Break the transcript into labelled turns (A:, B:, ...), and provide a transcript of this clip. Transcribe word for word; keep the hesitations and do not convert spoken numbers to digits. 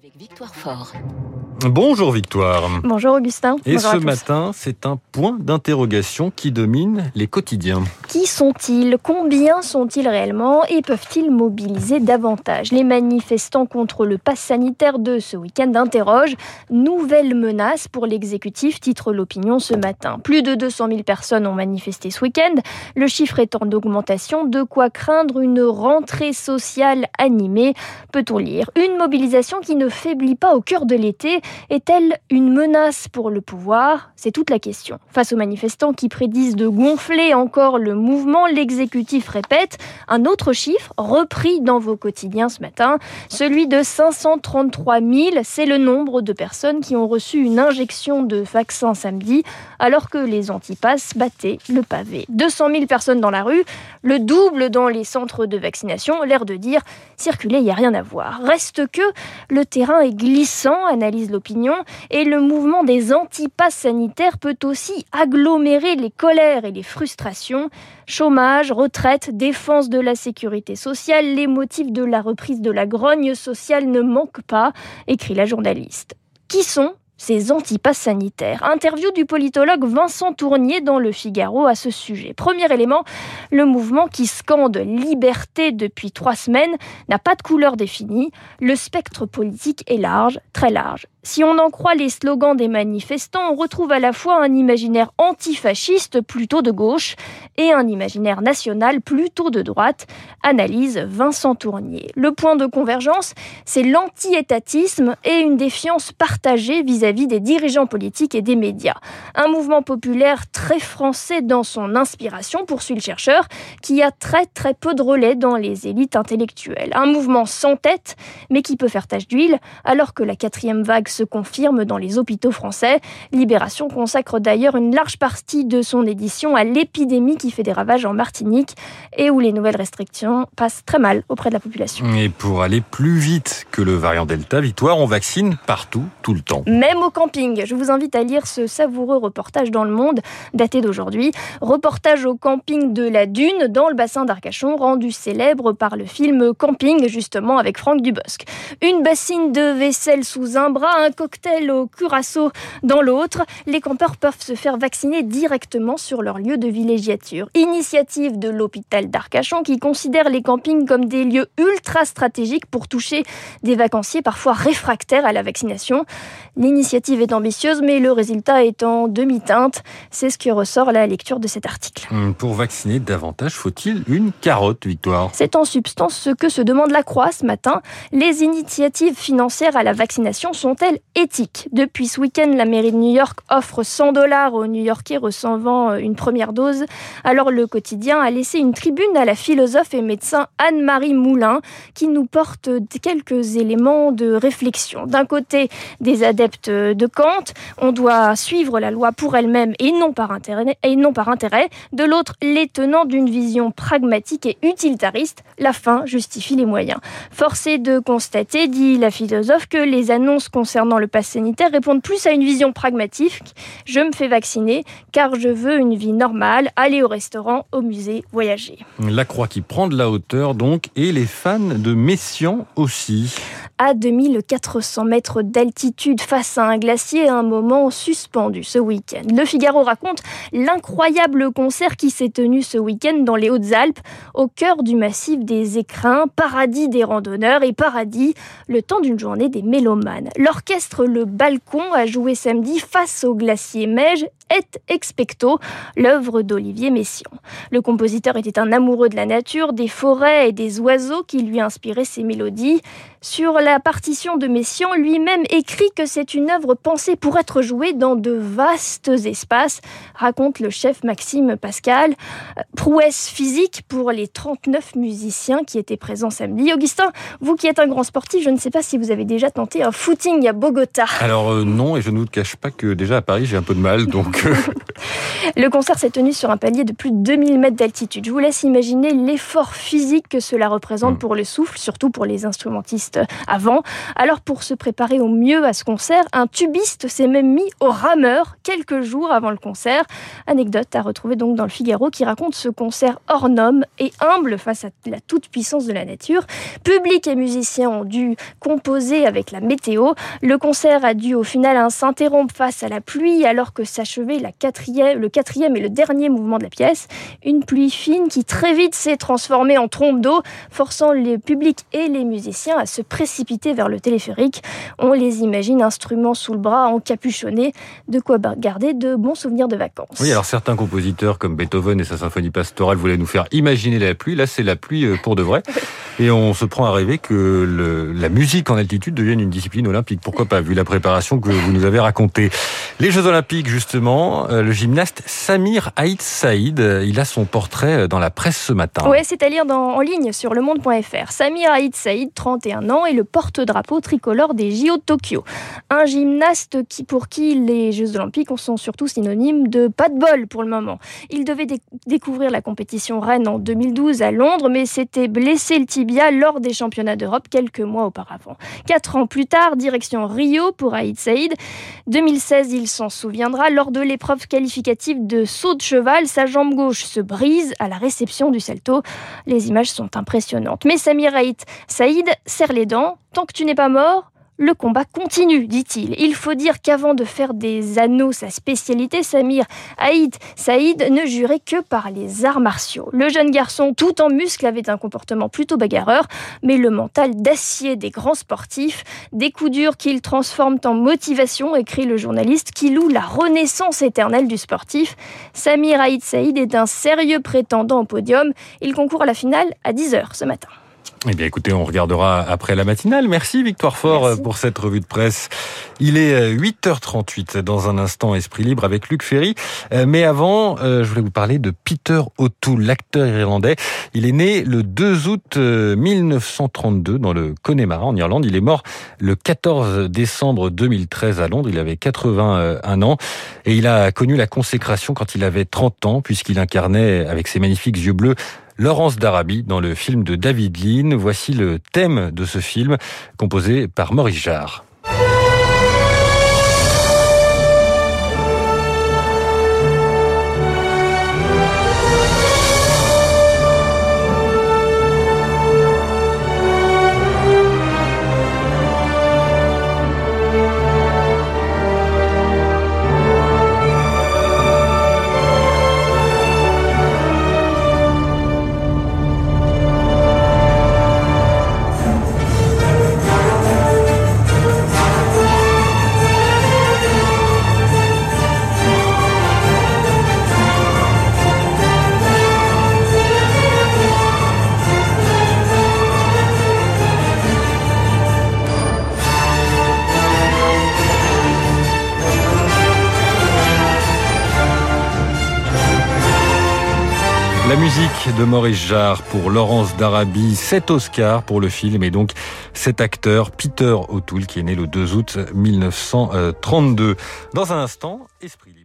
A: avec Victoire Fort.
B: Bonjour Victoire.
C: Bonjour Augustin.
B: Et
C: Bonjour
B: ce matin, c'est un point d'interrogation qui domine les quotidiens.
C: Qui sont-ils ? Combien sont-ils réellement ? Et peuvent-ils mobiliser davantage ? Les manifestants contre le pass sanitaire de ce week-end interrogent. Nouvelle menace pour l'exécutif, titre l'Opinion ce matin. Plus de deux cent mille personnes ont manifesté ce week-end. Le chiffre est en augmentation, de quoi craindre une rentrée sociale animée. Peut-on lire ? Une mobilisation qui ne faiblit pas au cœur de l'été. Est-elle une menace pour le pouvoir ? C'est toute la question. Face aux manifestants qui prédisent de gonfler encore le mouvement, l'exécutif répète un autre chiffre repris dans vos quotidiens ce matin, celui de cinq cent trente-trois mille. C'est le nombre de personnes qui ont reçu une injection de vaccin samedi, alors que les antipasses battaient le pavé. deux cent mille personnes dans la rue, le double dans les centres de vaccination, l'air de dire circuler, il n'y a rien à voir. Reste que le terrain est glissant, analyse l'Opinion, et le mouvement des antipasses sanitaires peut aussi agglomérer les colères et les frustrations. Chômage, retraite, défense de la sécurité sociale, les motifs de la reprise de la grogne sociale ne manquent pas, écrit la journaliste. Qui sont ces antipasses sanitaires ? Interview du politologue Vincent Tournier dans Le Figaro à ce sujet. Premier élément, le mouvement qui scande liberté depuis trois semaines n'a pas de couleur définie. Le spectre politique est large, très large. Si on en croit les slogans des manifestants, on retrouve à la fois un imaginaire antifasciste plutôt de gauche et un imaginaire national plutôt de droite, analyse Vincent Tournier. Le point de convergence, c'est l'anti-étatisme et une défiance partagée vis-à-vis des dirigeants politiques et des médias. Un mouvement populaire très français dans son inspiration, poursuit le chercheur, qui a très très peu de relais dans les élites intellectuelles. Un mouvement sans tête, mais qui peut faire tache d'huile, alors que la quatrième vague se confirme dans les hôpitaux français. Libération consacre d'ailleurs une large partie de son édition à l'épidémie qui fait des ravages en Martinique et où les nouvelles restrictions passent très mal auprès de la population.
B: Et pour aller plus vite que le variant Delta, Victoire, on vaccine partout, tout le temps.
C: Même au camping. Je vous invite à lire ce savoureux reportage dans Le Monde, daté d'aujourd'hui. Reportage au camping de la Dune, dans le bassin d'Arcachon, rendu célèbre par le film Camping, justement, avec Franck Dubosc. Une bassine de vaisselle sous un bras, un cocktail au curaçao dans l'autre. Les campeurs peuvent se faire vacciner directement sur leur lieu de villégiature. Initiative de l'hôpital d'Arcachon qui considère les campings comme des lieux ultra stratégiques pour toucher des vacanciers parfois réfractaires à la vaccination. L'initiative est ambitieuse, mais le résultat est en demi-teinte. C'est ce qui ressort à la lecture de cet article.
B: Pour vacciner davantage, faut-il une carotte, Victoire ?
C: C'est en substance ce que se demande la Croix ce matin. Les initiatives financières à la vaccination sont-elles éthiques ? Depuis ce week-end, la mairie de New York offre cent dollars aux New-Yorkais recevant une première dose. Alors le quotidien a laissé une tribune à la philosophe et médecin Anne-Marie Moulin qui nous porte quelques éléments de réflexion. D'un côté, des adeptes de Kant, on doit suivre la loi pour elle-même et non par intérêt. Et non par intérêt. De l'autre, les tenants d'une vision pragmatique et utilitariste. La fin justifie les moyens. Force est de constater, dit la philosophe, que les annonces concernant le pass sanitaire répondent plus à une vision pragmatique. Je me fais vacciner car je veux une vie normale, aller au restaurant, au musée, voyager.
B: La Croix qui prend de la hauteur donc, et les fans de Messiaen aussi.
C: À deux mille quatre cents mètres d'altitude face à un glacier, un moment suspendu ce week-end. Le Figaro raconte l'incroyable concert qui s'est tenu ce week-end dans les Hautes-Alpes, au cœur du massif des Écrins, paradis des randonneurs et paradis, le temps d'une journée des mélomanes. L'orchestre Le Balcon a joué samedi face au glacier Meige et Expecto, l'œuvre d'Olivier Messiaen. Le compositeur était un amoureux de la nature, des forêts et des oiseaux qui lui inspiraient ses mélodies. Sur la partition de Messiaen, lui-même écrit que c'est une œuvre pensée pour être jouée dans de vastes espaces, raconte le chef Maxime Pascal. Prouesse physique pour les trente-neuf musiciens qui étaient présents samedi. Augustin, vous qui êtes un grand sportif, je ne sais pas si vous avez déjà tenté un footing à Bogota.
B: Alors euh, non, et je ne vous cache pas que déjà à Paris, j'ai un peu de mal, donc... Euh...
C: Le concert s'est tenu sur un palier de plus de deux mille mètres d'altitude. Je vous laisse imaginer l'effort physique que cela représente mmh. pour le souffle, surtout pour les instrumentistes gymnastes avant. Alors pour se préparer au mieux à ce concert, un tubiste s'est même mis au rameur quelques jours avant le concert. Anecdote à retrouver donc dans le Figaro qui raconte ce concert hors norme et humble face à la toute-puissance de la nature. Public et musiciens ont dû composer avec la météo. Le concert a dû au final s'interrompre face à la pluie alors que s'achevait la quatrième, le quatrième et le dernier mouvement de la pièce. Une pluie fine qui très vite s'est transformée en trombe d'eau, forçant les publics et les musiciens à se précipiter vers le téléphérique. On les imagine instruments sous le bras, encapuchonnés, de quoi garder de bons souvenirs de vacances.
B: Oui, alors certains compositeurs comme Beethoven et sa symphonie pastorale voulaient nous faire imaginer la pluie. Là, c'est la pluie pour de vrai. Et on se prend à rêver que le, la musique en altitude devienne une discipline olympique. Pourquoi pas, vu la préparation que vous nous avez racontée. Les Jeux Olympiques, justement, le gymnaste Samir Aït Saïd, il a son portrait dans la presse ce matin.
C: Oui, c'est à lire dans, en ligne sur le monde point f r. Samir Aït Saïd, trente et un ans, est le porte-drapeau tricolore des J O de Tokyo. Un gymnaste qui, pour qui les Jeux Olympiques sont surtout synonymes de pas de bol pour le moment. Il devait dé- découvrir la compétition reine en deux mille douze à Londres, mais s'était blessé le tibia lors des championnats d'Europe quelques mois auparavant. Quatre ans plus tard, direction Rio pour Aït Saïd. deux mille seize, il s'en souviendra, lors de l'épreuve qualificative de saut de cheval, sa jambe gauche se brise à la réception du salto. Les images sont impressionnantes. Mais Samir Aït Saïd serre les dents. Tant que tu n'es pas mort, le combat continue, dit-il. Il faut dire qu'avant de faire des anneaux sa spécialité, Samir Aït Saïd ne jurait que par les arts martiaux. Le jeune garçon, tout en muscles, avait un comportement plutôt bagarreur, mais le mental d'acier des grands sportifs, des coups durs qu'il transforme en motivation, écrit le journaliste, qui loue la renaissance éternelle du sportif. Samir Aït Saïd est un sérieux prétendant au podium. Il concourt à la finale à dix heures ce matin.
B: Eh bien, écoutez, on regardera après la matinale. Merci Victoire Fort Merci. Pour cette revue de presse. Il est huit heures trente-huit dans un instant Esprit Libre avec Luc Ferry. Mais avant, je voulais vous parler de Peter O'Toole, l'acteur irlandais. Il est né le deux août mille neuf cent trente-deux dans le Connemara en Irlande. Il est mort le quatorze décembre deux mille treize à Londres. Il avait quatre-vingt-un ans et il a connu la consécration quand il avait trente ans puisqu'il incarnait avec ses magnifiques yeux bleus Laurence d'Arabie dans le film de David Lean. Voici le thème de ce film composé par Maurice Jarre. La musique de Maurice Jarre pour Laurence d'Arabie, sept Oscars pour le film et donc cet acteur Peter O'Toole qui est né le deux août mille neuf cent trente-deux. Dans un instant, Esprit Libre.